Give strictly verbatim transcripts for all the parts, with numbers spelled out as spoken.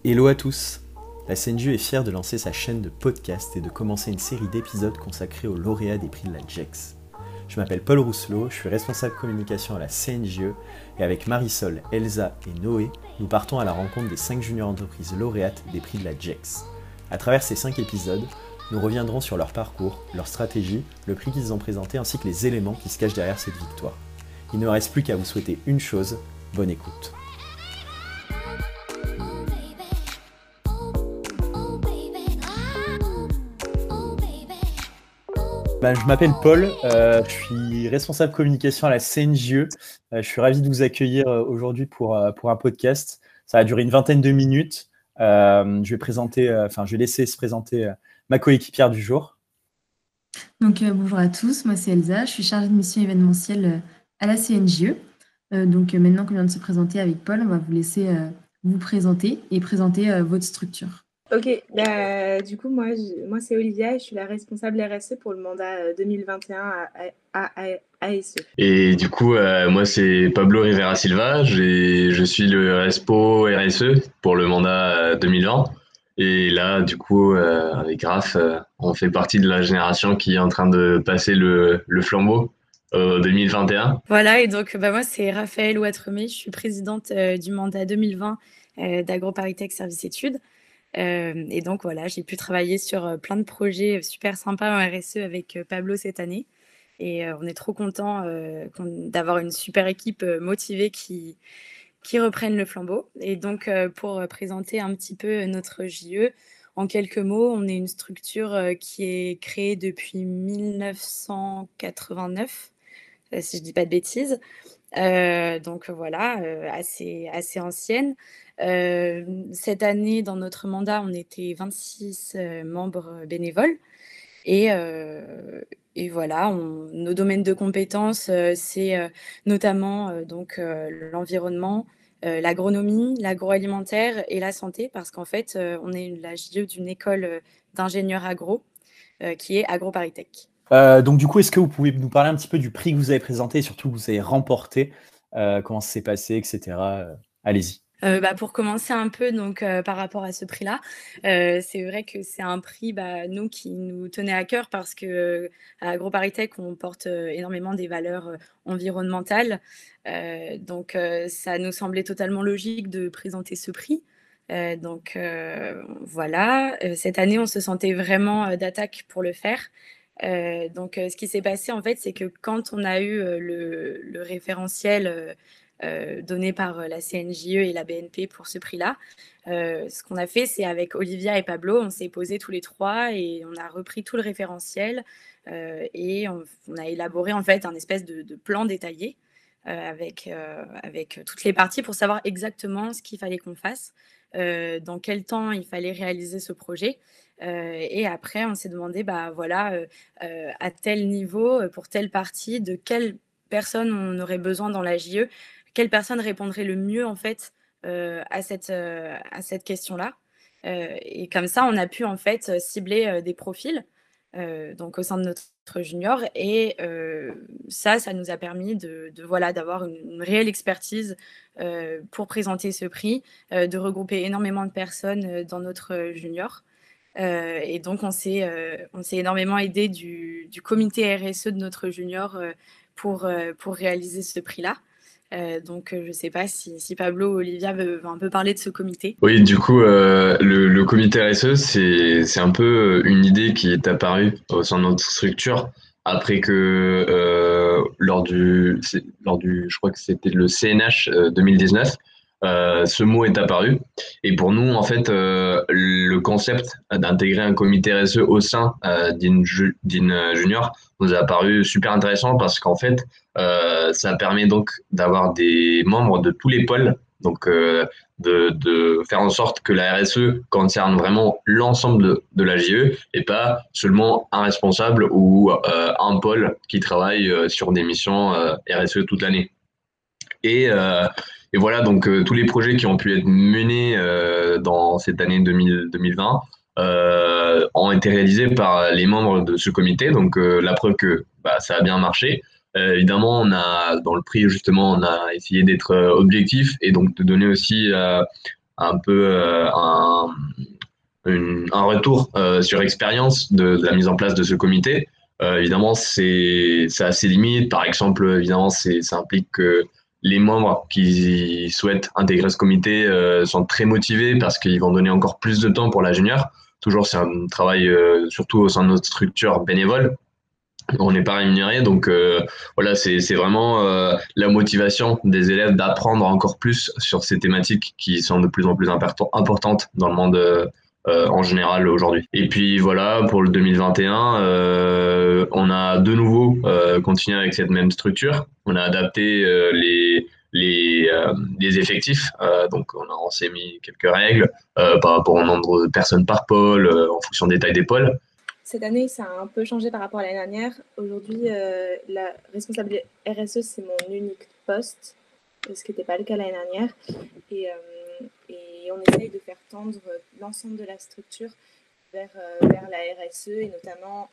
Hello à tous. La C N J E est fière de lancer sa chaîne de podcast et de commencer une série d'épisodes consacrés aux lauréats des prix de la J E X. Je m'appelle Paul Rousselot, je suis responsable communication à la C N J E et avec Marisol, Elsa et Noé, nous partons à la rencontre des cinq juniors entreprises lauréates des prix de la J E X. À travers ces cinq épisodes, nous reviendrons sur leur parcours, leur stratégie, le prix qu'ils ont présenté ainsi que les éléments qui se cachent derrière cette victoire. Il ne me reste plus qu'à vous souhaiter une chose, bonne écoute. Ben, je m'appelle Paul, euh, je suis responsable communication à la C N J E. Euh, je suis ravi de vous accueillir euh, aujourd'hui pour, euh, pour un podcast. Ça va durer une vingtaine de minutes. Euh, je vais présenter, euh, enfin, je vais laisser se présenter euh, ma coéquipière du jour. Donc, euh, bonjour à tous, moi c'est Elsa, je suis chargée de mission événementielle euh, à la C N J E. Euh, donc, euh, maintenant qu'on vient de se présenter avec Paul, on va vous laisser euh, vous présenter et présenter euh, votre structure. Ok, bah, du coup, moi, je- moi c'est Olivia et je suis la responsable R S E pour le mandat euh, deux mille vingt et un à, à, à, à A S E. Et du coup, euh, moi, c'est Pablo Rivera Silva. J'ai- Je suis le Respo R S E pour le mandat euh, deux mille vingt. Et là, du coup, euh, avec Raph, euh, on fait partie de la génération qui est en train de passer le, le flambeau euh, deux mille vingt et un. Voilà, et donc bah, moi c'est Raphaël Ouattremé, je suis présidente euh, du mandat deux mille vingt euh, d'AgroParisTech Service Études. Euh, et donc voilà, j'ai pu travailler sur euh, plein de projets super sympas en R S E avec euh, Pablo cette année. Et euh, on est trop content euh, qu'on- d'avoir une super équipe euh, motivée qui, qui reprenne le flambeau. Et donc euh, pour euh, présenter un petit peu notre J E, en quelques mots, on est une structure euh, qui est créée depuis mille neuf cent quatre-vingt-neuf, euh, si je dis pas de bêtises. Euh, donc voilà, euh, assez, assez ancienne. Euh, cette année, dans notre mandat, on était vingt-six euh, membres bénévoles. Et, euh, et voilà, on- nos domaines de compétences, euh, c'est euh, notamment euh, donc euh, l'environnement, euh, l'agronomie, l'agroalimentaire et la santé, parce qu'en fait, euh, on est la J E d'une école euh, d'ingénieurs agro euh, qui est AgroParisTech. Euh, donc du coup, est-ce que vous pouvez nous parler un petit peu du prix que vous avez présenté et surtout que vous avez remporté, euh, comment ça s'est passé, et cetera. Euh, allez-y. Euh, bah, pour commencer un peu donc euh, par rapport à ce prix-là, euh, c'est vrai que c'est un prix bah, nous qui nous tenait à cœur parce que euh, à AgroParisTech on porte euh, énormément des valeurs euh, environnementales, Euh, donc euh, ça nous semblait totalement logique de présenter ce prix. Euh, donc euh, voilà, Euh, cette année on se sentait vraiment euh, d'attaque pour le faire. Euh, donc euh, ce qui s'est passé en fait, c'est que quand on a eu euh, le, le référentiel euh, euh, donné par euh, la C N J E et la B N P pour ce prix-là. Euh, ce qu'on a fait, c'est avec Olivia et Pablo, on s'est posés tous les trois et on a repris tout le référentiel euh, et on, on a élaboré en fait un espèce de, de plan détaillé euh, avec, euh, avec toutes les parties pour savoir exactement ce qu'il fallait qu'on fasse, euh, dans quel temps il fallait réaliser ce projet. Euh, et après, on s'est demandé, bah voilà, euh, euh, à tel niveau, euh, pour telle partie, de quelle personne on aurait besoin dans la J E, quelle personne répondrait le mieux en fait euh, à cette, euh, à cette question-là. Euh, et comme ça, on a pu en fait cibler euh, des profils euh, donc au sein de notre junior. Et euh, ça, ça nous a permis de, de voilà, d'avoir une, une réelle expertise euh, pour présenter ce prix, euh, de regrouper énormément de personnes euh, dans notre junior. Euh, et donc, on s'est, euh, on s'est énormément aidé du, du comité R S E de notre junior euh, pour, euh, pour réaliser ce prix-là. Euh, donc, euh, je ne sais pas si, si Pablo ou Olivia veulent, veulent un peu parler de ce comité. Oui, du coup, euh, le, le comité R S E, c'est, c'est un peu une idée qui est apparue au sein de notre structure après que euh, lors du, c'est- lors du, je crois que c'était le C N H euh, deux mille dix-neuf, euh, ce mot est apparu. Et pour nous, en fait, euh, le concept d'intégrer un comité R S E au sein euh, d'une ju- d'une euh, junior nous a apparu super intéressant parce qu'en fait, euh, ça permet donc d'avoir des membres de tous les pôles. Donc, euh, de, de faire en sorte que la R S E concerne vraiment l'ensemble de, de la J E et pas seulement un responsable ou euh, un pôle qui travaille euh, sur des missions euh, R S E toute l'année. Et, euh, et voilà, donc euh, tous les projets qui ont pu être menés euh, dans cette année deux mille, deux mille vingt euh, ont été réalisés par les membres de ce comité. Donc euh, la preuve que bah, ça a bien marché. Euh, évidemment, on a dans le prix justement, on a essayé d'être euh, objectif et donc de donner aussi euh, un peu euh, un, une, un retour euh, sur expérience de, de la mise en place de ce comité. Euh, évidemment, c'est ça a ses limites. Par exemple, évidemment, c'est, ça implique que les membres qui souhaitent intégrer ce comité euh, sont très motivés parce qu'ils vont donner encore plus de temps pour la junior. Toujours, c'est un travail, euh, surtout au sein de notre structure bénévole. On n'est pas rémunéré, donc euh, voilà, c'est c'est vraiment euh, la motivation des élèves d'apprendre encore plus sur ces thématiques qui sont de plus en plus important- importantes dans le monde euh, euh, en général aujourd'hui. Et puis voilà, pour le deux mille vingt et un, euh, on a de nouveau euh, continué avec cette même structure. On a adapté euh, les les, euh, les effectifs, euh, donc on, a, on s'est mis quelques règles euh, par rapport au nombre de personnes par pôle, euh, en fonction des tailles des pôles. Cette année, ça a un peu changé par rapport à l'année dernière. Aujourd'hui, euh, la responsable R S E, c'est mon unique poste, ce qui n'était pas le cas l'année dernière. Et, euh, et on essaye de faire tendre l'ensemble de la structure vers, euh, vers la R S E, et notamment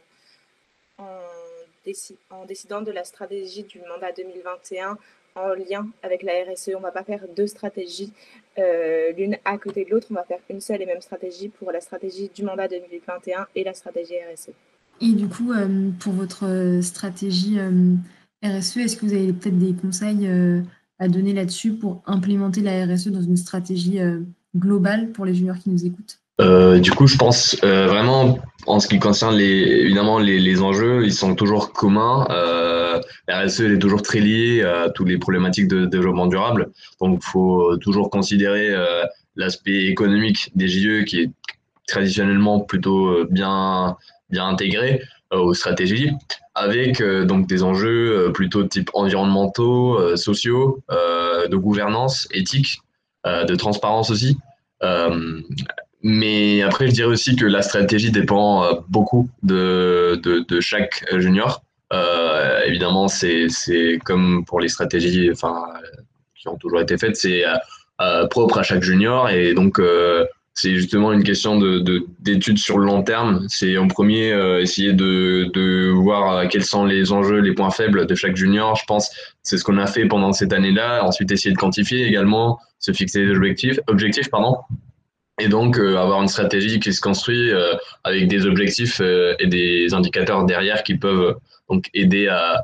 en, en, déci- en décidant de la stratégie du mandat deux mille vingt et un en lien avec la R S E. On ne va pas faire deux stratégies, euh, l'une à côté de l'autre. On va faire une seule et même stratégie pour la stratégie du mandat deux mille vingt et un et la stratégie R S E. Et du coup, euh, pour votre euh, stratégie euh, R S E, est-ce que vous avez peut-être des conseils euh, à donner là-dessus pour implémenter la R S E dans une stratégie euh, globale pour les juniors qui nous écoutent? Euh, du coup, je pense euh, vraiment, en ce qui concerne les, évidemment les, les enjeux, ils sont toujours communs. Euh, la R S E elle est toujours très liée à toutes les problématiques de développement durable. Donc, il faut toujours considérer euh, l'aspect économique des J E qui est traditionnellement plutôt euh, bien, bien intégré euh, aux stratégies, avec euh, donc des enjeux euh, plutôt de type environnementaux, euh, sociaux, euh, de gouvernance, éthique, euh, de transparence aussi. Euh, mais après, je dirais aussi que la stratégie dépend euh, beaucoup de, de, de chaque junior. Euh, évidemment, c'est, c'est comme pour les stratégies enfin, qui ont toujours été faites, c'est euh, euh, propre à chaque junior. Et donc, euh, c'est justement une question de, de, d'études sur le long terme. C'est en premier euh, essayer de, de voir quels sont les enjeux, les points faibles de chaque junior. Je pense c'est ce qu'on a fait pendant cette année-là. Ensuite, essayer de quantifier également, se fixer des objectifs, objectifs pardon, et donc euh, avoir une stratégie qui se construit euh, avec des objectifs euh, et des indicateurs derrière qui peuvent donc aider à,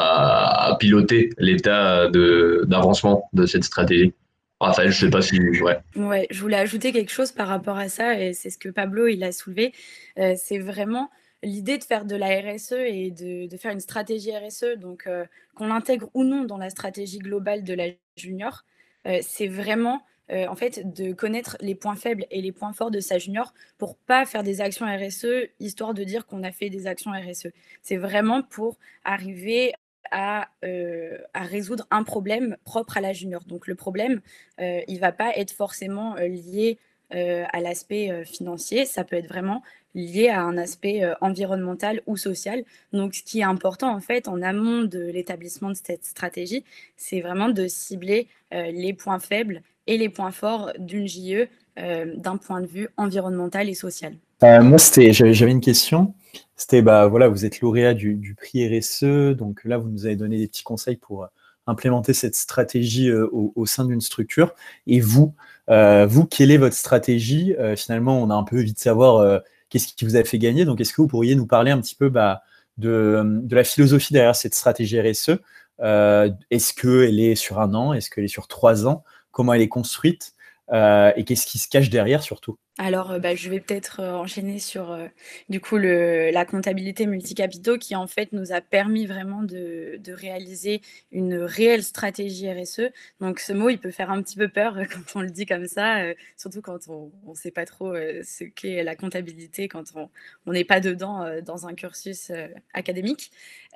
à, à piloter l'état de, d'avancement de cette stratégie. Raphaël, je sais pas si... Ouais. Ouais, je voulais ajouter quelque chose par rapport à ça, et c'est ce que Pablo il a soulevé. Euh, c'est vraiment l'idée de faire de la R S E et de, de faire une stratégie R S E, donc euh, qu'on l'intègre ou non dans la stratégie globale de la junior. Euh, c'est vraiment euh, en fait de connaître les points faibles et les points forts de sa junior pour pas faire des actions R S E histoire de dire qu'on a fait des actions R S E. C'est vraiment pour arriver à, euh, à résoudre un problème propre à la junior. Donc le problème, euh, il ne va pas être forcément euh, lié euh, à l'aspect euh, financier, ça peut être vraiment lié à un aspect euh, environnemental ou social. Donc ce qui est important en fait en amont de l'établissement de cette stratégie, c'est vraiment de cibler euh, les points faibles et les points forts d'une J E euh, d'un point de vue environnemental et social. Euh, moi, c'était, j'avais, j'avais une question. C'était, bah voilà, vous êtes lauréat du, du prix R S E, donc là, vous nous avez donné des petits conseils pour euh, implémenter cette stratégie euh, au, au sein d'une structure. Et vous, euh, vous, quelle est votre stratégie? Euh, finalement, on a un peu envie de savoir euh, qu'est-ce qui vous a fait gagner. Donc, est-ce que vous pourriez nous parler un petit peu bah, de, de la philosophie derrière cette stratégie R S E? Euh, est-ce qu'elle est sur un an? Est-ce qu'elle est sur trois ans? Comment elle est construite? Euh, et qu'est-ce qui se cache derrière surtout? Alors, euh, bah, je vais peut-être euh, enchaîner sur euh, du coup le, la comptabilité multicapitaux qui en fait nous a permis vraiment de, de réaliser une réelle stratégie R S E. Donc ce mot, il peut faire un petit peu peur euh, quand on le dit comme ça, euh, surtout quand on ne sait pas trop euh, ce qu'est la comptabilité, quand on n'est pas dedans euh, dans un cursus euh, académique.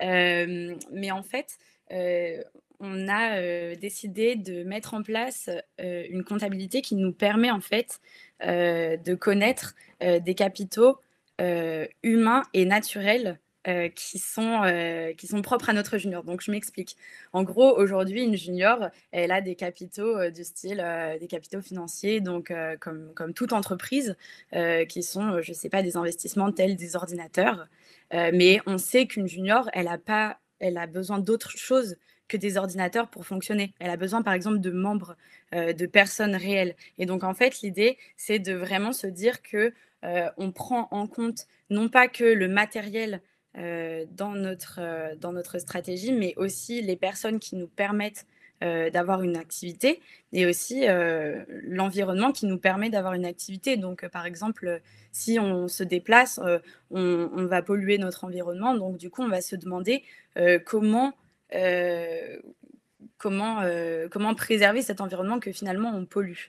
Euh, mais en fait, euh, on a euh, décidé de mettre en place euh, une comptabilité qui nous permet en fait euh, de connaître euh, des capitaux euh, humains et naturels euh, qui, sont, euh, qui sont propres à notre junior. Donc, je m'explique. En gros, aujourd'hui, une junior, elle a des capitaux euh, du style euh, des capitaux financiers, donc euh, comme, comme toute entreprise, euh, qui sont, je ne sais pas, des investissements tels des ordinateurs. Euh, mais on sait qu'une junior, elle a, pas, elle a besoin d'autre chose que des ordinateurs pour fonctionner. Elle a besoin, par exemple, de membres, euh, de personnes réelles. Et donc, en fait, l'idée, c'est de vraiment se dire que euh, on prend en compte non pas que le matériel euh, dans notre, euh, dans notre stratégie, mais aussi les personnes qui nous permettent euh, d'avoir une activité et aussi euh, l'environnement qui nous permet d'avoir une activité. Donc, euh, par exemple, si on se déplace, euh, on, on va polluer notre environnement. Donc, du coup, on va se demander euh, comment, euh, comment, euh, comment préserver cet environnement que finalement on pollue.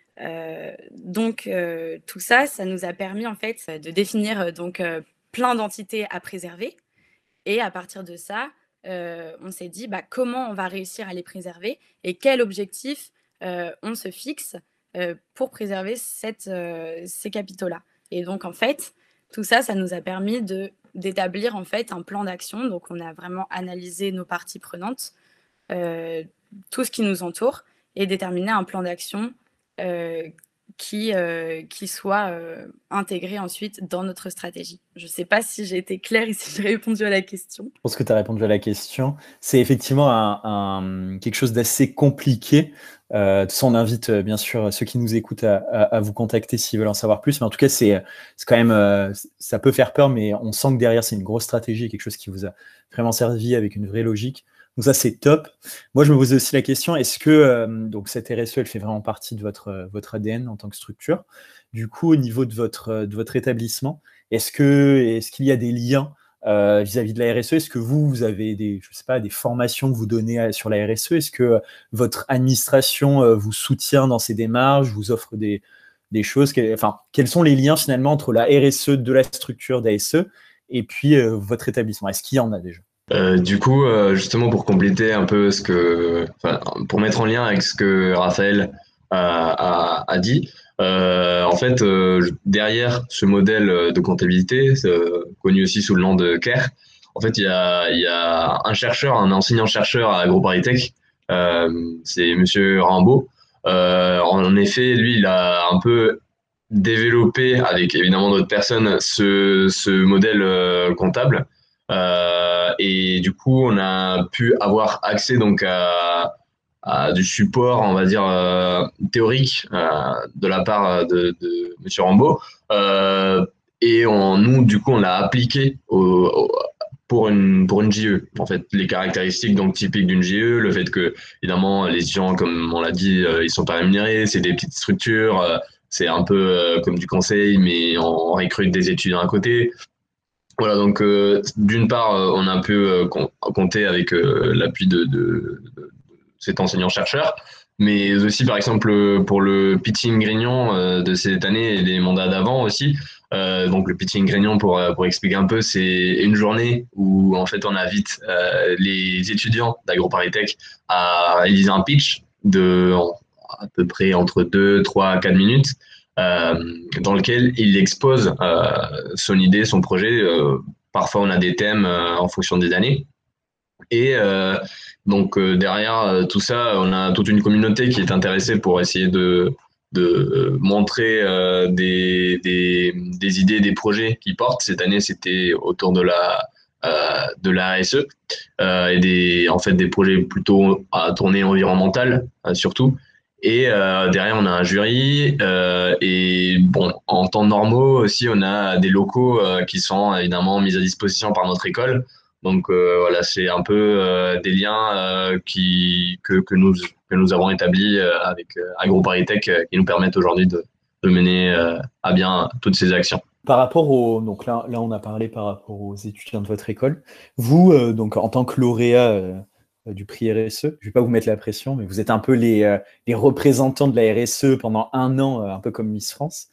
Euh, donc, euh, tout ça, ça nous a permis en fait de définir euh, donc euh, plein d'entités à préserver. Et à partir de ça, euh, on s'est dit bah, comment on va réussir à les préserver et quel objectif euh, on se fixe euh, pour préserver cette, euh, ces capitaux-là. Et donc, en fait, tout ça, ça nous a permis de, d'établir en fait un plan d'action. Donc, on a vraiment analysé nos parties prenantes, euh, tout ce qui nous entoure, et déterminer un plan d'action euh, qui, euh, qui soit euh, intégré ensuite dans notre stratégie. Je ne sais pas si j'ai été claire et si j'ai répondu à la question. Je pense que tu as répondu à la question. C'est effectivement un, un, quelque chose d'assez compliqué. Euh, de toute façon, on invite euh, bien sûr ceux qui nous écoutent à, à, à vous contacter s'ils veulent en savoir plus. Mais en tout cas, c'est quand même, euh, ça peut faire peur, mais on sent que derrière, c'est une grosse stratégie, quelque chose qui vous a vraiment servi avec une vraie logique. Donc ça, c'est top. Moi, je me posais aussi la question, est-ce que euh, donc cette R S E, elle fait vraiment partie de votre, votre A D N en tant que structure? Du coup, au niveau de votre, de votre établissement, est-ce que, est-ce qu'il y a des liens euh, vis-à-vis de la R S E? Est-ce que vous, vous avez des, je sais pas, des formations que vous donnez à, sur la R S E? Est-ce que euh, votre administration euh, vous soutient dans ces démarches, vous offre des, des choses que, enfin, quels sont les liens finalement entre la R S E de la structure d'A S E et puis euh, votre établissement? Est-ce qu'il y en a déjà? Euh, du coup, euh, justement, pour compléter un peu ce que, enfin, pour mettre en lien avec ce que Raphaël a, a, a dit, euh, en fait, euh, derrière ce modèle de comptabilité, euh, connu aussi sous le nom de C A R E, en fait, il y a, il y a un chercheur, un enseignant-chercheur à AgroParisTech, euh, c'est Monsieur Rimbaud. Euh, en effet, lui, il a un peu développé, avec évidemment d'autres personnes, ce, ce modèle euh, comptable. Euh, et du coup, on a pu avoir accès donc à, à du support, on va dire, euh, théorique euh, de la part de, de Monsieur Rambaud. Euh, et on, nous, du coup, on l'a appliqué au, au, pour une, pour une J E. En fait, les caractéristiques donc typiques d'une J E, le fait que, évidemment, les étudiants, comme on l'a dit, euh, ils sont pas rémunérés, c'est des petites structures, euh, c'est un peu euh, comme du conseil, mais on recrute des étudiants à côté. Voilà, donc euh, d'une part, euh, on a un peu euh, compté avec euh, l'appui de, de, de cet enseignant-chercheur, mais aussi, par exemple, pour le pitching Grignon euh, de cette année et des mandats d'avant aussi. Euh, donc, le pitching Grignon, pour, pour expliquer un peu, c'est une journée où, en fait, on invite euh, les étudiants d'AgroParisTech à réaliser un pitch de à peu près entre deux, trois, quatre minutes. Euh, dans lequel il expose euh, son idée, son projet. Euh, parfois, on a des thèmes euh, en fonction des années. Et euh, donc, euh, derrière euh, tout ça, on a toute une communauté qui est intéressée pour essayer de, de montrer euh, des, des, des idées, des projets qui portent. Cette année, c'était autour de la, euh, de la R S E euh, et des, en fait, des projets plutôt à tournée environnementale, euh, surtout. Et euh, derrière, on a un jury. Euh, et bon, en temps normaux aussi, on a des locaux euh, qui sont évidemment mis à disposition par notre école. Donc euh, voilà, c'est un peu euh, des liens euh, qui, que, que, nous, que nous avons établis euh, avec euh, AgroParisTech euh, qui nous permettent aujourd'hui de, de mener euh, à bien toutes ces actions. Par rapport au, donc là, là, on a parlé par rapport aux étudiants de votre école. Vous, euh, donc en tant que lauréat euh, du prix R S E, je ne vais pas vous mettre la pression, mais vous êtes un peu les, euh, les représentants de la R S E pendant un an, euh, un peu comme Miss France.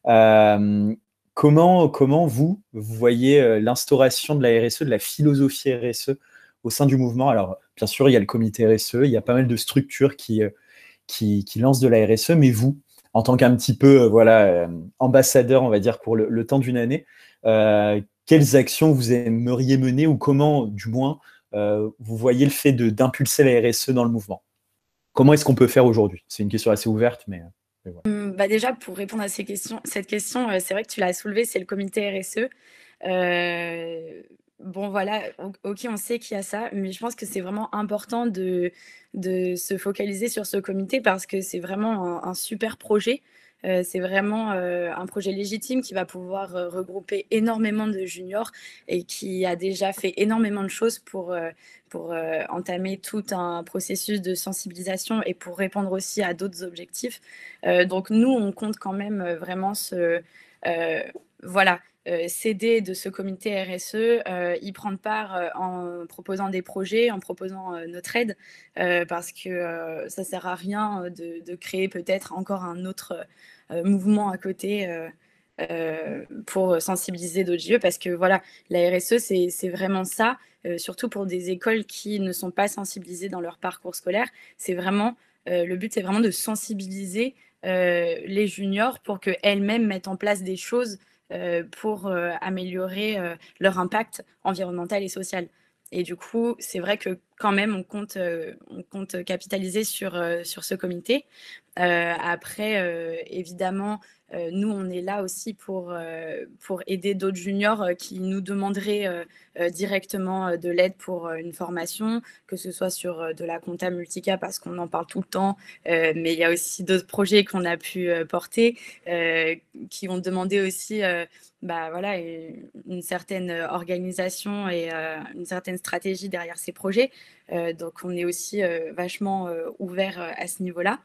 Euh, comment, comment vous, vous voyez euh, l'instauration de la R S E, de la philosophie R S E au sein du mouvement? Alors, bien sûr, il y a le comité R S E, il y a pas mal de structures qui, euh, qui, qui lancent de la R S E, mais vous, en tant qu'un petit peu euh, voilà, euh, ambassadeur, on va dire, pour le, le temps d'une année, euh, quelles actions vous aimeriez mener ou comment, du moins, euh, vous voyez le fait de, d'impulser la R S E dans le mouvement? Comment est-ce qu'on peut faire aujourd'hui? C'est une question assez ouverte, mais... mais voilà. Bah déjà, pour répondre à ces questions, cette question, euh, c'est vrai que tu l'as soulevée, c'est le comité R S E. Euh, bon voilà, o OK, on sait qu'il y a ça, mais je pense que c'est vraiment important de de se focaliser sur ce comité parce que c'est vraiment un un super projet. Heu, c'est vraiment, heu, un projet légitime qui va pouvoir, heu, regrouper énormément de juniors et qui a déjà fait énormément de choses pour, heu pour, heu, entamer tout un processus de sensibilisation et pour répondre aussi à d'autres objectifs. Heu, donc nous, on compte quand même, heu, vraiment se, heu, voilà, heu, s'aider de ce comité R S E, heu, y prendre part, heu, en proposant des projets, en proposant, heu, notre aide, heu, parce que, heu, ça sert à rien, heu, de de créer peut-être encore un autre, heu, mouvement à côté, heu heu, pour sensibiliser d'autres J E. Parce que voilà, la R S E, c'est c'est vraiment ça, heu, surtout pour des écoles qui ne sont pas sensibilisées dans leur parcours scolaire. C'est vraiment, heu, le but, c'est vraiment de sensibiliser, heu, les juniors pour qu'elles-mêmes mettent en place des choses, heu, pour, heu, améliorer, heu, leur impact environnemental et social. Et du coup, c'est vrai que quand même on compte, heu, on compte capitaliser sur, heu, sur ce comité. Heu, après, heu, évidemment, heu, nous, on est là aussi pour, heu, pour aider d'autres juniors, heu, qui nous demanderaient, heu heu, directement, heu, de l'aide pour, heu, une formation, que ce soit sur, heu, de la compta multicap parce qu'on en parle tout le temps, heu, mais il y a aussi d'autres projets qu'on a pu, heu, porter, heu, qui vont demander aussi, heu, bah, voilà, une une certaine, heu, organisation et heu, une certaine stratégie derrière ces projets. Heu, donc on est aussi, heu, vachement, heu, ouverts, heu, à ce niveau-là.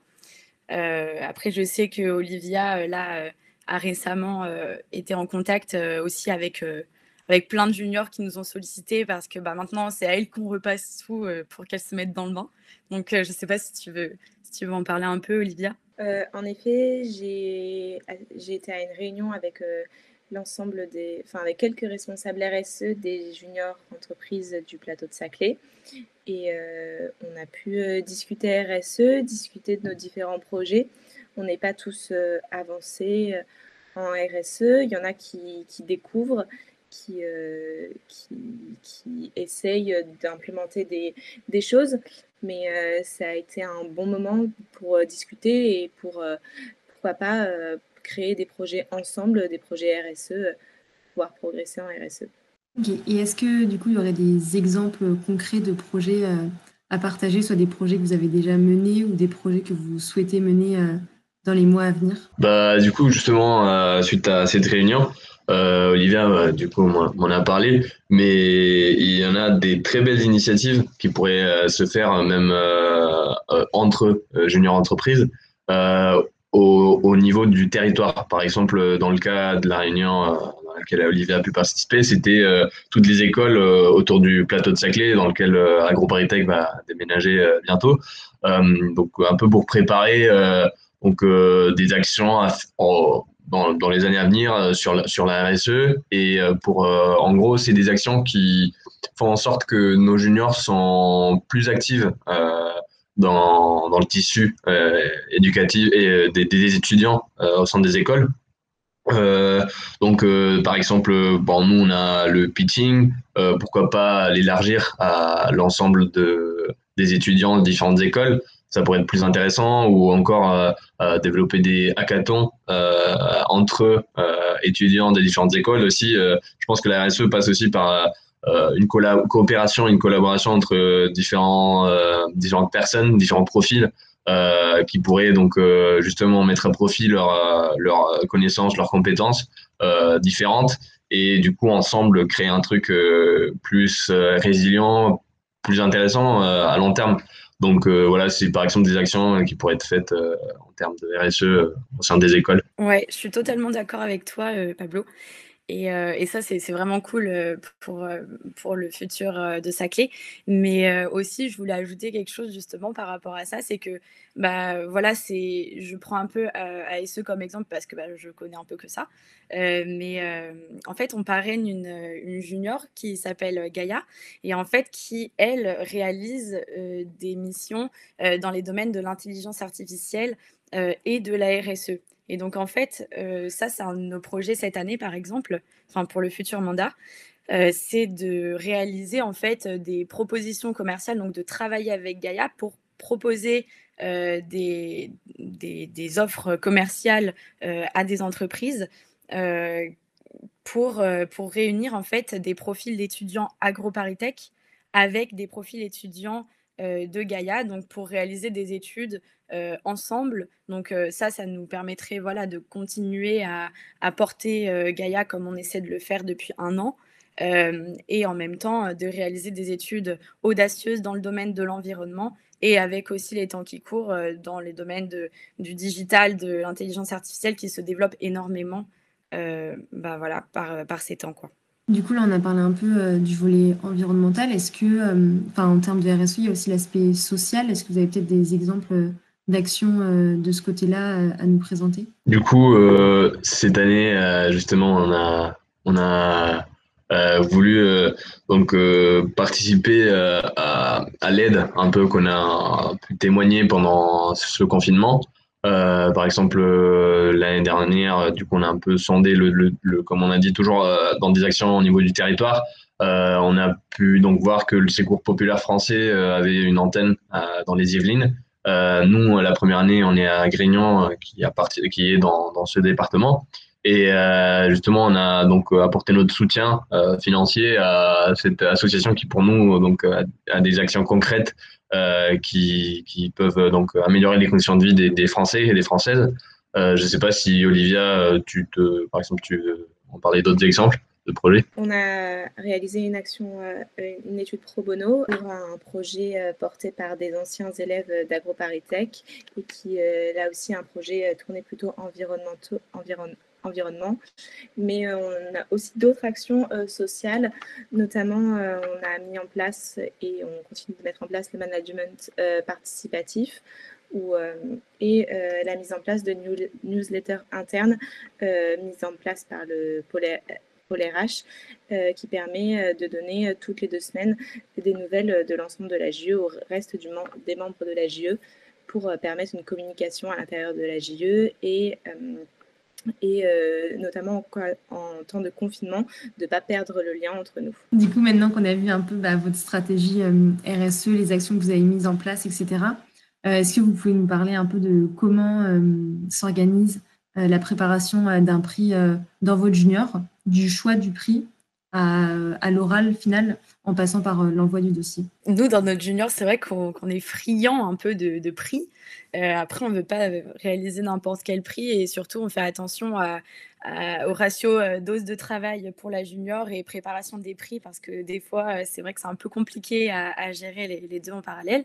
Heu, après je sais qu'Olivia, heu, là, heu, a récemment, heu, été en contact, heu, aussi avec, heu, avec plein de juniors qui nous ont sollicités parce que, bah, maintenant c'est à elles qu'on repasse tout, heu, pour qu'elles se mettent dans le bain. Donc heu, je sais pas si tu veux si tu veux en parler un peu, Olivia? Heu, en effet, j'ai a j'ai été à une réunion avec, heu, l'ensemble des enfin, avec quelques responsables R S E des juniors entreprises du plateau de Saclay et heu, on a pu, heu, discuter R S E, discuter de nos différents projets. On n'est pas tous, heu, avancés, heu, en R S E. Il y en a qui qui découvrent, qui, heu, qui qui essayent, d'implémenter des des choses, mais heu, ça a été un bon moment pour, heu, discuter et pour, heu, pourquoi pas, heu, créer des projets ensemble, des projets R S E, heu, pouvoir progresser en R S E. OK, et est-ce que du coup, il y aurait des exemples concrets de projets, heu, à partager, soit des projets que vous avez déjà menés ou des projets que vous souhaitez mener, heu, dans les mois à venir? Bah, du coup, justement, euh, suite à cette réunion, euh, Olivia, bah, du coup, m'en m'en a parlé, mais il y en a des très belles initiatives qui pourraient euh, se faire euh, même euh, euh, entre euh, junior entreprises euh, au, au niveau du territoire. Par exemple, dans le cas de la réunion euh, dans laquelle Olivia a pu participer, c'était euh, toutes les écoles euh, autour du plateau de Saclay, dans lequel euh, AgroParisTech va déménager euh, bientôt. Euh, donc, un peu pour préparer. Euh, donc euh, des actions à, en, dans, dans les années à venir euh, sur la, sur la R S E et euh, pour euh, en gros c'est des actions qui font en sorte que nos juniors sont plus actives euh, dans, dans le tissu euh, éducatif et euh, des, des étudiants euh, au sein des écoles. Euh, donc, euh, par exemple, bon, nous, on a le pitching. Euh, pourquoi pas l'élargir à l'ensemble de, des étudiants de différentes écoles? Ça pourrait être plus intéressant. Ou encore euh, euh, développer des hackathons euh, entre euh, étudiants des différentes écoles aussi. Euh, je pense que la R S E passe aussi par euh, une colla- coopération, une collaboration entre différents, euh, différentes personnes, différents profils euh, qui pourraient donc euh, justement mettre à profit leurs euh, leur connaissances, leurs compétences euh, différentes et du coup ensemble créer un truc euh, plus euh, résilient, plus intéressant euh, à long terme. Donc euh, voilà, c'est par exemple des actions qui pourraient être faites euh, en termes de R S E euh, au sein des écoles. Ouais, je suis totalement d'accord avec toi, heu, Pablo. Et, heu, et ça, c'est c'est vraiment cool, heu, pour, heu, pour le futur, heu, de Saclay. Mais, heu, aussi, je voulais ajouter quelque chose justement par rapport à ça, c'est que, bah, voilà, c'est je prends un peu, heu, A S E comme exemple parce que, bah, je connais un peu que ça. Heu, mais, hem, en fait, on parraine une, heu, une junior qui s'appelle Gaïa et en fait qui, elle, réalise, heu, des missions, heu, dans les domaines de l'intelligence artificielle, heu, et de la R S E. Et donc en fait, heu, ça, c'est un de nos projets cette année, par exemple, enfin pour le futur mandat, heu, c'est de réaliser en fait, heu, des propositions commerciales, donc de travailler avec Gaïa pour proposer, heu, des des des offres commerciales, heu, à des entreprises, heu, pour, euh, pour réunir en fait des profils d'étudiants AgroParisTech avec des profils étudiants euh, de Gaïa, donc pour réaliser des études euh, ensemble. Donc euh, ça, ça nous permettrait voilà, de continuer à, à porter euh, Gaïa comme on essaie de le faire depuis un an. Euh, et en même temps euh, de réaliser des études audacieuses dans le domaine de l'environnement et avec aussi les temps qui courent euh, dans les domaines de, du digital, de l'intelligence artificielle qui se développe énormément euh, bah voilà, par, par ces temps, quoi. Du coup, là, on a parlé un peu euh, du volet environnemental. Est-ce que, euh, enfin, en termes de R S E, il y a aussi l'aspect social. Est-ce que vous avez peut-être des exemples euh, d'actions euh, de ce côté-là euh, à nous présenter? Du coup, euh, cette année, euh, justement, on a, on a euh, voulu euh, donc euh, participer euh, à, à l'aide un peu qu'on a pu témoigner pendant ce confinement. Euh, par exemple, euh, l'année dernière, du coup, on a un peu sondé le, le, le comme on a dit toujours euh, dans des actions au niveau du territoire. Euh, on a pu donc voir que le Secours populaire français euh, avait une antenne euh, dans les Yvelines. Euh, nous, la première année, on est à Grignan, euh, qui, a parti, qui est dans, dans ce département. Et euh, justement, on a donc apporté notre soutien euh, financier à cette association qui, pour nous, donc, a, a des actions concrètes euh, qui, qui peuvent donc améliorer les conditions de vie des, des Français et des Françaises. Euh, je ne sais pas si, Olivia, tu te, par exemple, tu en parlais d'autres exemples de projets. On a réalisé une action, euh, une étude pro bono pour un projet euh, porté par des anciens élèves d'AgroParisTech et qui, euh, là aussi, un projet euh, tourné plutôt environnementaux, environ, environnement. Mais euh, on a aussi d'autres actions euh, sociales, notamment euh, on a mis en place et on continue de mettre en place le management euh, participatif. Où, euh, et euh, la mise en place de new newsletters internes euh, mise en place par le pôle Pôle R H, euh, qui permet euh, de donner euh, toutes les deux semaines des nouvelles de l'ensemble de la J E au reste du mem des membres de la J E pour euh, permettre une communication à l'intérieur de la J E et, euh, et euh, notamment en, en temps de confinement, de ne pas perdre le lien entre nous. Du coup, maintenant qu'on a vu un peu bah, votre stratégie euh, R S E, les actions que vous avez mises en place, et cetera, euh, est-ce que vous pouvez nous parler un peu de comment euh, s'organise euh, la préparation euh, d'un prix euh, dans votre junior, du choix du prix à, à l'oral final, en passant par euh, l'envoi du dossier? Nous, dans notre junior, c'est vrai qu'on qu'on est friand un peu de, de prix. Euh, après, on ne veut pas réaliser n'importe quel prix et surtout, on fait attention à, à, au ratio euh, dose de travail pour la junior et préparation des prix parce que des fois, c'est vrai que c'est un peu compliqué à, à gérer les, les deux en parallèle.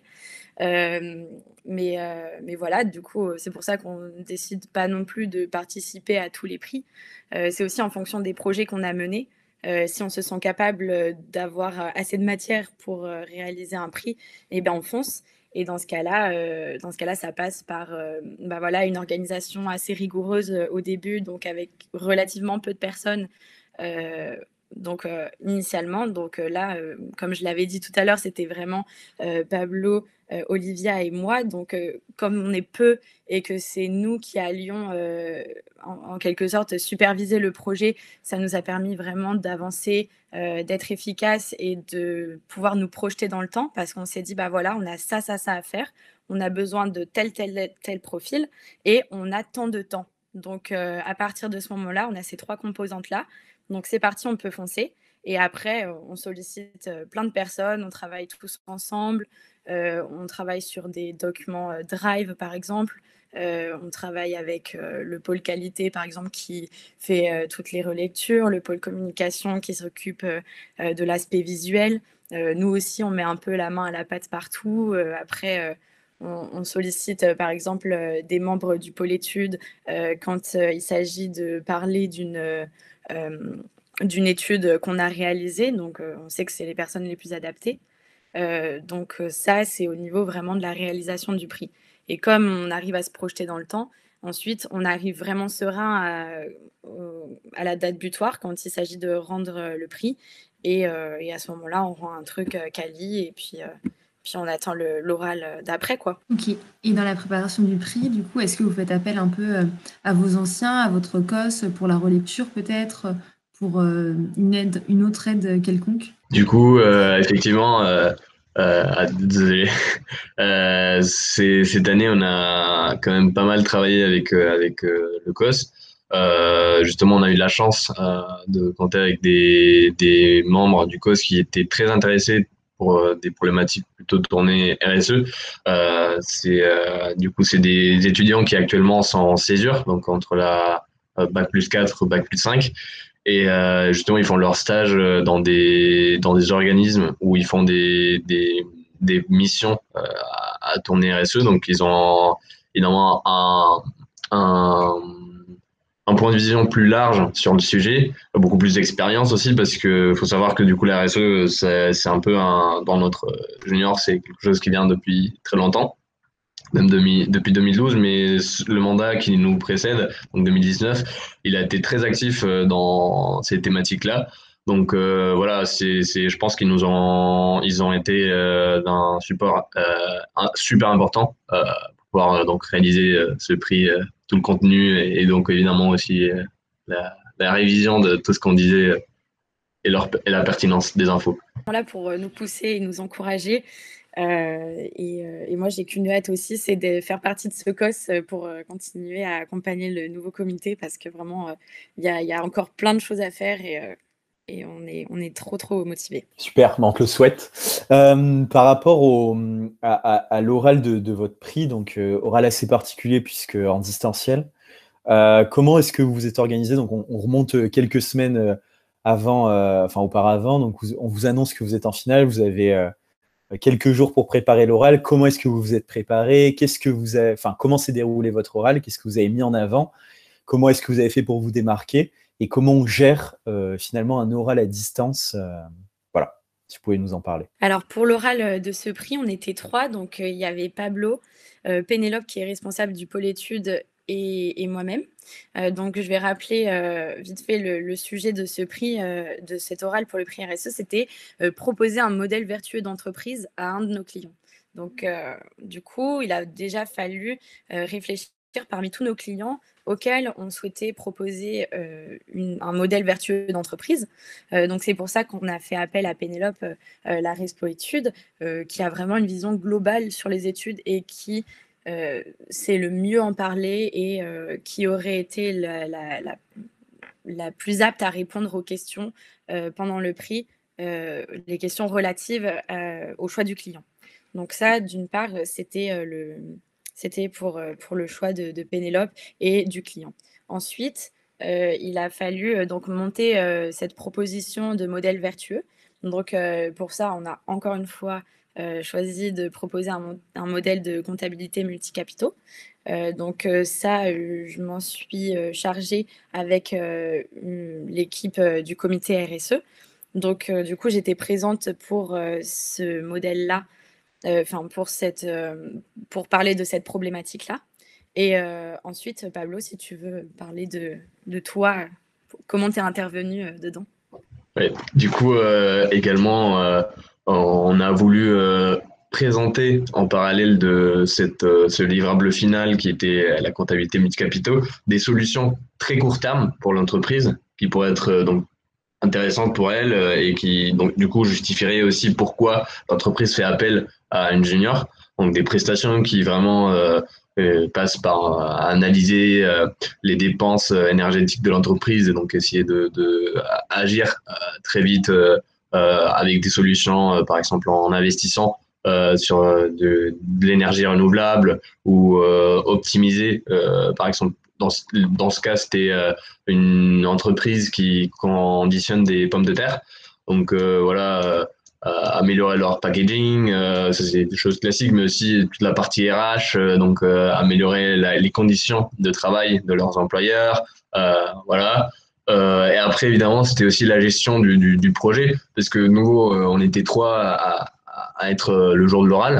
Euh, mais, euh, mais voilà, du coup, c'est pour ça qu'on ne décide pas non plus de participer à tous les prix. Euh, c'est aussi en fonction des projets qu'on a menés. Euh, si on se sent capable d'avoir assez de matière pour euh, réaliser un prix, eh ben on fonce. Et dans ce cas-là, euh, dans ce cas-là, ça passe par euh, bah voilà, une organisation assez rigoureuse euh, au début, donc avec relativement peu de personnes. Euh, donc euh, initialement, donc euh, là, euh, comme je l'avais dit tout à l'heure, c'était vraiment euh, Pablo, euh, Olivia et moi. Donc euh, comme on est peu et que c'est nous qui allions euh, en, en quelque sorte superviser le projet, ça nous a permis vraiment d'avancer, euh, d'être efficace et de pouvoir nous projeter dans le temps parce qu'on s'est dit bah voilà, on a ça, ça, ça à faire, on a besoin de tel, tel, tel profil et on a tant de temps. Donc euh, à partir de ce moment-là, on a ces trois composantes-là. Donc c'est parti, on peut foncer. Et après, on sollicite plein de personnes, on travaille tous ensemble, euh, on travaille sur des documents euh, Drive par exemple, euh, on travaille avec euh, le pôle qualité par exemple qui fait euh, toutes les relectures, le pôle communication qui s'occupe euh, de l'aspect visuel. Euh, nous aussi, on met un peu la main à la pâte partout. Euh, après, euh, on, on sollicite euh, par exemple euh, des membres du pôle études euh, quand euh, il s'agit de parler d'une... Euh, d'une étude qu'on a réalisée, donc euh, on sait que c'est les personnes les plus adaptées. Euh, donc euh, ça, c'est au niveau vraiment de la réalisation du prix. Et comme on arrive à se projeter dans le temps, ensuite, on arrive vraiment serein à, à la date butoir quand il s'agit de rendre le prix. Et, euh, et à ce moment-là, on rend un truc euh, quali et puis, euh, puis on attend l'oral d'après, quoi. Ok. Et dans la préparation du prix, du coup, est-ce que vous faites appel un peu euh, à vos anciens, à votre C O S pour la relecture peut-être, pour euh, une aide, une autre aide quelconque? Du coup, euh, effectivement, euh, euh, ah, désolé. Euh, c'est, cette année, on a quand même pas mal travaillé avec, euh, avec euh, le C O S. Euh, justement, on a eu la chance euh, de compter avec des, des membres du C O S qui étaient très intéressés pour euh, des problématiques plutôt tournées R S E. Euh, c'est, euh, du coup, c'est des étudiants qui actuellement sont en césure, donc entre la euh, bac plus quatre ou bac plus cinq. Et euh, justement, ils font leur stage dans des, dans des organismes où ils font des, des, des missions euh, à, à tourner R S E. Donc, ils ont évidemment un, un, un point de vision plus large sur le sujet, beaucoup plus d'expérience aussi, parce que faut savoir que du coup, la R S E, c'est, c'est un peu un, dans notre junior, c'est quelque chose qui vient depuis très longtemps, même demi, depuis deux mille douze, mais le mandat qui nous précède, donc deux mille dix-neuf, il a été très actif dans ces thématiques-là. Donc euh, voilà, c'est, c'est, je pense qu'ils nous ont, ils ont été euh, d'un support euh, un, super important euh, pour pouvoir euh, donc réaliser euh, ce prix, euh, tout le contenu et, et donc évidemment aussi euh, la, la révision de tout ce qu'on disait euh, et, leur, et la pertinence des infos. Là pour nous pousser et nous encourager. Euh, et, euh, et moi, j'ai qu'une hâte aussi, c'est de faire partie de ce C O S pour euh, continuer à accompagner le nouveau comité parce que vraiment, il euh, y, y a encore plein de choses à faire et, euh, et on, est, on est trop, trop motivés. Super, on te le souhaite. Euh, par rapport au, à, à, à l'oral de, de votre prix, donc euh, oral assez particulier puisque en distanciel, euh, comment est-ce que vous vous êtes organisé? Donc on, on remonte quelques semaines avant, euh, enfin auparavant, donc vous, on vous annonce que vous êtes en finale, vous avez... Euh, quelques jours pour préparer l'oral. Comment est-ce que vous vous êtes préparé? Qu'est-ce que vous avez, enfin, comment s'est déroulé votre oral? Qu'est-ce que vous avez mis en avant? Comment est-ce que vous avez fait pour vous démarquer? Et comment on gère euh, finalement un oral à distance? euh, Voilà, si vous pouvez nous en parler. Alors pour l'oral de ce prix, on était trois. Donc euh, il y avait Pablo, euh, Pénélope qui est responsable du pôle études et, et moi-même. Euh, donc je vais rappeler euh, vite fait le, le sujet de ce prix, euh, de cet oral pour le prix R S E, c'était euh, proposer un modèle vertueux d'entreprise à un de nos clients. Donc euh, du coup, il a déjà fallu euh, réfléchir parmi tous nos clients auxquels on souhaitait proposer euh, une, un modèle vertueux d'entreprise. Euh, donc c'est pour ça qu'on a fait appel à Pénélope, euh, la Respo Études, euh, qui a vraiment une vision globale sur les études et qui euh, sait le mieux en parler et euh, qui aurait été la, la, la, la plus apte à répondre aux questions euh, pendant le prix, euh, les questions relatives euh, au choix du client. Donc ça, d'une part, c'était euh, le... C'était pour, pour le choix de, de Pénélope et du client. Ensuite, euh, il a fallu euh, donc monter euh, cette proposition de modèle vertueux. Donc, euh, pour ça, on a encore une fois euh, choisi de proposer un, un modèle de comptabilité multicapitaux. Euh, donc, euh, ça, euh, je m'en suis euh, chargée avec euh, l'équipe euh, du comité R S E. Donc, euh, du coup, j'étais présente pour euh, ce modèle-là. Enfin, euh, pour, cette, euh, pour parler de cette problématique-là. Et euh, ensuite, Pablo, si tu veux parler de, de toi, comment tu es intervenu euh, dedans? Ouais, du coup, euh, également, euh, on a voulu euh, présenter en parallèle de cette, euh, ce livrable final qui était la comptabilité multicapitaux, des solutions très court terme pour l'entreprise qui pourraient être euh, donc intéressante pour elle euh, et qui donc du coup justifierait aussi pourquoi l'entreprise fait appel à une junior. Donc des prestations qui vraiment euh, euh, passent par euh, analyser euh, les dépenses euh, énergétiques de l'entreprise et donc essayer de, de agir euh, très vite euh, euh, avec des solutions, euh, par exemple en investissant euh, sur euh, de, de l'énergie renouvelable ou euh, optimiser, euh, par exemple dans, dans ce cas, c'était euh, une entreprise qui conditionne des pommes de terre. Donc euh, voilà, euh, améliorer leur packaging, euh, ça c'est des choses classiques, mais aussi toute la partie R H, euh, donc euh, améliorer la, les conditions de travail de leurs employeurs. Euh, voilà. Euh, et après, évidemment, c'était aussi la gestion du, du, du projet, parce que nous, euh, on était trois à, à être le jour de l'oral.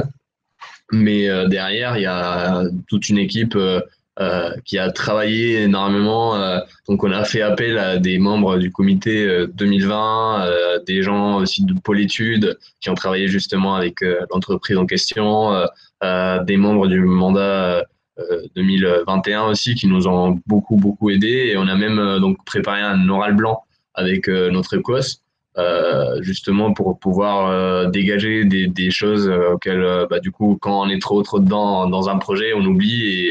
Mais euh, derrière, il y a toute une équipe euh, euh, qui a travaillé énormément. Euh, donc, on a fait appel à des membres du comité euh, deux mille vingt, euh, des gens aussi de Pôle études qui ont travaillé justement avec euh, l'entreprise en question, euh, euh, des membres du mandat euh, deux mille vingt et un aussi qui nous ont beaucoup, beaucoup aidés. Et on a même euh, donc préparé un oral blanc avec euh, notre C O S. Euh, justement pour pouvoir euh, dégager des, des choses euh, auxquelles, euh, bah, du coup, quand on est trop trop dedans dans un projet, on oublie et,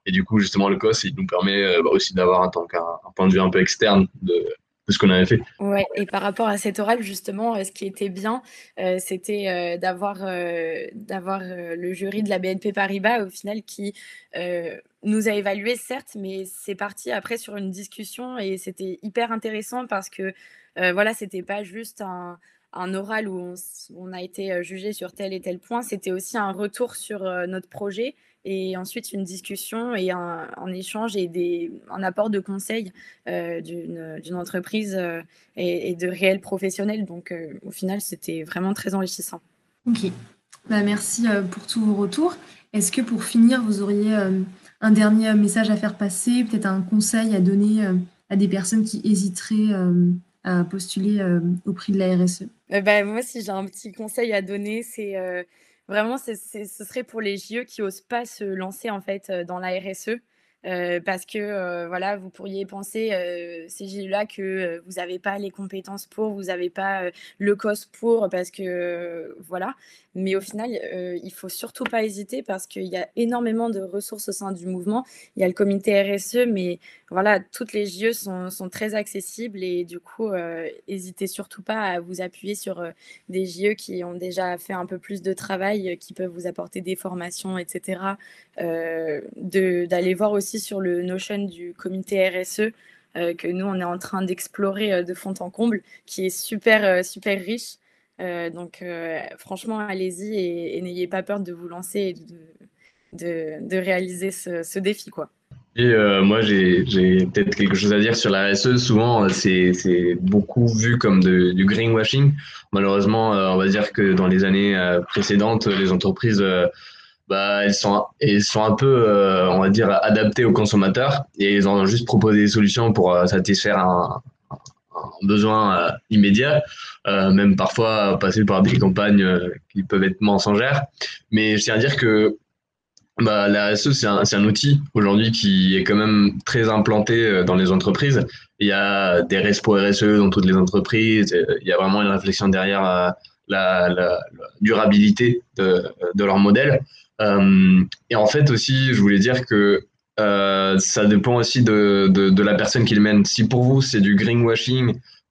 Et du coup, justement, le C O S, il nous permet euh, bah, aussi d'avoir un, un, un point de vue un peu externe de, de ce qu'on avait fait. Ouais, et par rapport à cet oral, justement, euh, ce qui était bien, euh, c'était euh, d'avoir euh, d'avoir euh, le jury de la B N P Paribas, au final, qui euh, nous a évalués, certes, mais c'est parti après sur une discussion et c'était hyper intéressant parce que, euh, voilà, c'était pas juste un, un oral où on, on a été jugé sur tel et tel point, c'était aussi un retour sur euh, notre projet et ensuite une discussion et un, un échange et des, un apport de conseils euh, d'une, d'une entreprise euh, et, et de réels professionnels. Donc, euh, au final, c'était vraiment très enrichissant. Ok. Bah, merci euh, pour tous vos retours. Est-ce que pour finir, vous auriez euh, un dernier message à faire passer, peut-être un conseil à donner euh, à des personnes qui hésiteraient euh, à postuler euh, au prix de la R S E? Euh, bah, moi, si j'ai un petit conseil à donner, c'est euh, vraiment, c'est, c'est, ce serait pour les J E qui osent pas se lancer en fait euh, dans la R S E. Euh, parce que euh, voilà, vous pourriez penser euh, ces J E-là que euh, vous n'avez pas les compétences pour, vous n'avez pas euh, le C O S pour, parce que euh, voilà. Mais au final, euh, il faut surtout pas hésiter parce qu'il y a énormément de ressources au sein du mouvement. Il y a le comité R S E, mais voilà, toutes les J E sont, sont très accessibles et du coup, euh, n'hésitez surtout pas à vous appuyer sur euh, des J E qui ont déjà fait un peu plus de travail, euh, qui peuvent vous apporter des formations, et cetera. Euh, de, d'aller voir aussi sur le Notion du comité R S E euh, que nous, on est en train d'explorer euh, de fond en comble, qui est super, euh, super riche. Euh, donc, euh, franchement, allez-y et, et n'ayez pas peur de vous lancer et de, de, de réaliser ce, ce défi, quoi. Et euh, moi, j'ai, j'ai peut-être quelque chose à dire sur la R S E. Souvent, c'est, c'est beaucoup vu comme de, du greenwashing. Malheureusement, euh, on va dire que dans les années euh, précédentes, les entreprises, euh, bah, elles sont, elles sont un peu, euh, on va dire, adaptées aux consommateurs et elles ont juste proposé des solutions pour euh, satisfaire un, un besoin euh, immédiat, euh, même parfois passer par des campagnes euh, qui peuvent être mensongères. Mais je tiens à dire que bah, la R S E, c'est un, c'est un outil aujourd'hui qui est quand même très implanté euh, dans les entreprises. Il y a des respo R S E dans toutes les entreprises. Il y a vraiment une réflexion derrière euh, la, la, la durabilité de, de leur modèle. Euh, et en fait aussi, je voulais dire que euh, ça dépend aussi de, de, de la personne qui le mène. Si pour vous, c'est du greenwashing,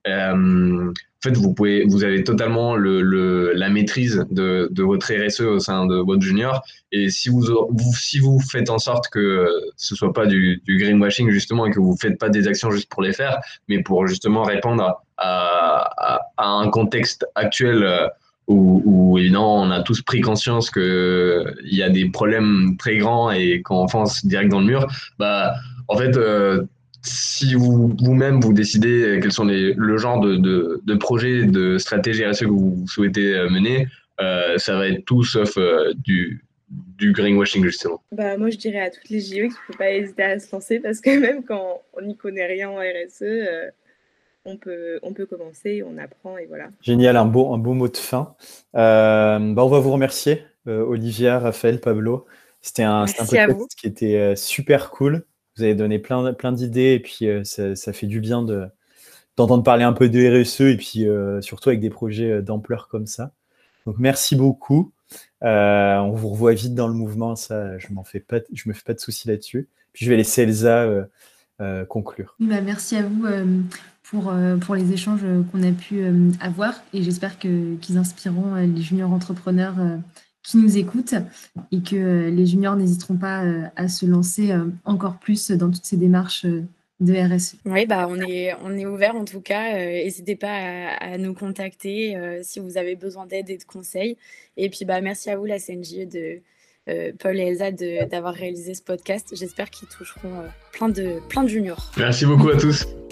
euh, en fait, vous pouvez, vous avez totalement le, le, la maîtrise de, de votre R S E au sein de votre junior. Et si vous, vous, si vous faites en sorte que ce soit pas du, du greenwashing justement et que vous faites pas des actions juste pour les faire, mais pour justement répondre à, à, à un contexte actuel où, où évidemment on a tous pris conscience que il y a des problèmes très grands et qu'on fonce direct dans le mur, bah en fait euh, si vous, vous-même vous décidez quels sont les, le genre de, de, de projet, de stratégie R S E que vous souhaitez mener, euh, ça va être tout sauf euh, du, du greenwashing justement. Bah, moi, je dirais à toutes les J E qu'il ne faut pas hésiter à se lancer parce que même quand on n'y connaît rien en R S E, euh, on, peut, on peut commencer, on apprend et voilà. Génial, un beau, un beau mot de fin. Euh, bah on va vous remercier, euh, Olivia, Raphaël, Pablo. C'était un, c'était un Merci à podcast vous. qui était euh, super cool. Vous avez donné plein, plein d'idées et puis euh, ça, ça fait du bien de, d'entendre parler un peu de R S E et puis euh, surtout avec des projets d'ampleur comme ça. Donc merci beaucoup. Euh, on vous revoit vite dans le mouvement, ça, je m'en fais pas, je me fais pas de soucis là-dessus. Puis je vais laisser Elsa euh, euh, conclure. Oui, bah, merci à vous euh, pour, euh, pour les échanges euh, qu'on a pu euh, avoir et j'espère que, qu'ils inspireront euh, les juniors entrepreneurs euh, qui nous écoutent et que euh, les juniors n'hésiteront pas euh, à se lancer euh, encore plus dans toutes ces démarches euh, de R S E. Oui, bah, on est, on est ouvert en tout cas. N'hésitez euh, pas à, à nous contacter euh, si vous avez besoin d'aide et de conseils. Et puis, bah, merci à vous, la C N J E, de euh, Paul et Elsa, de, d'avoir réalisé ce podcast. J'espère qu'ils toucheront euh, plein, de, plein de juniors. Merci beaucoup à tous.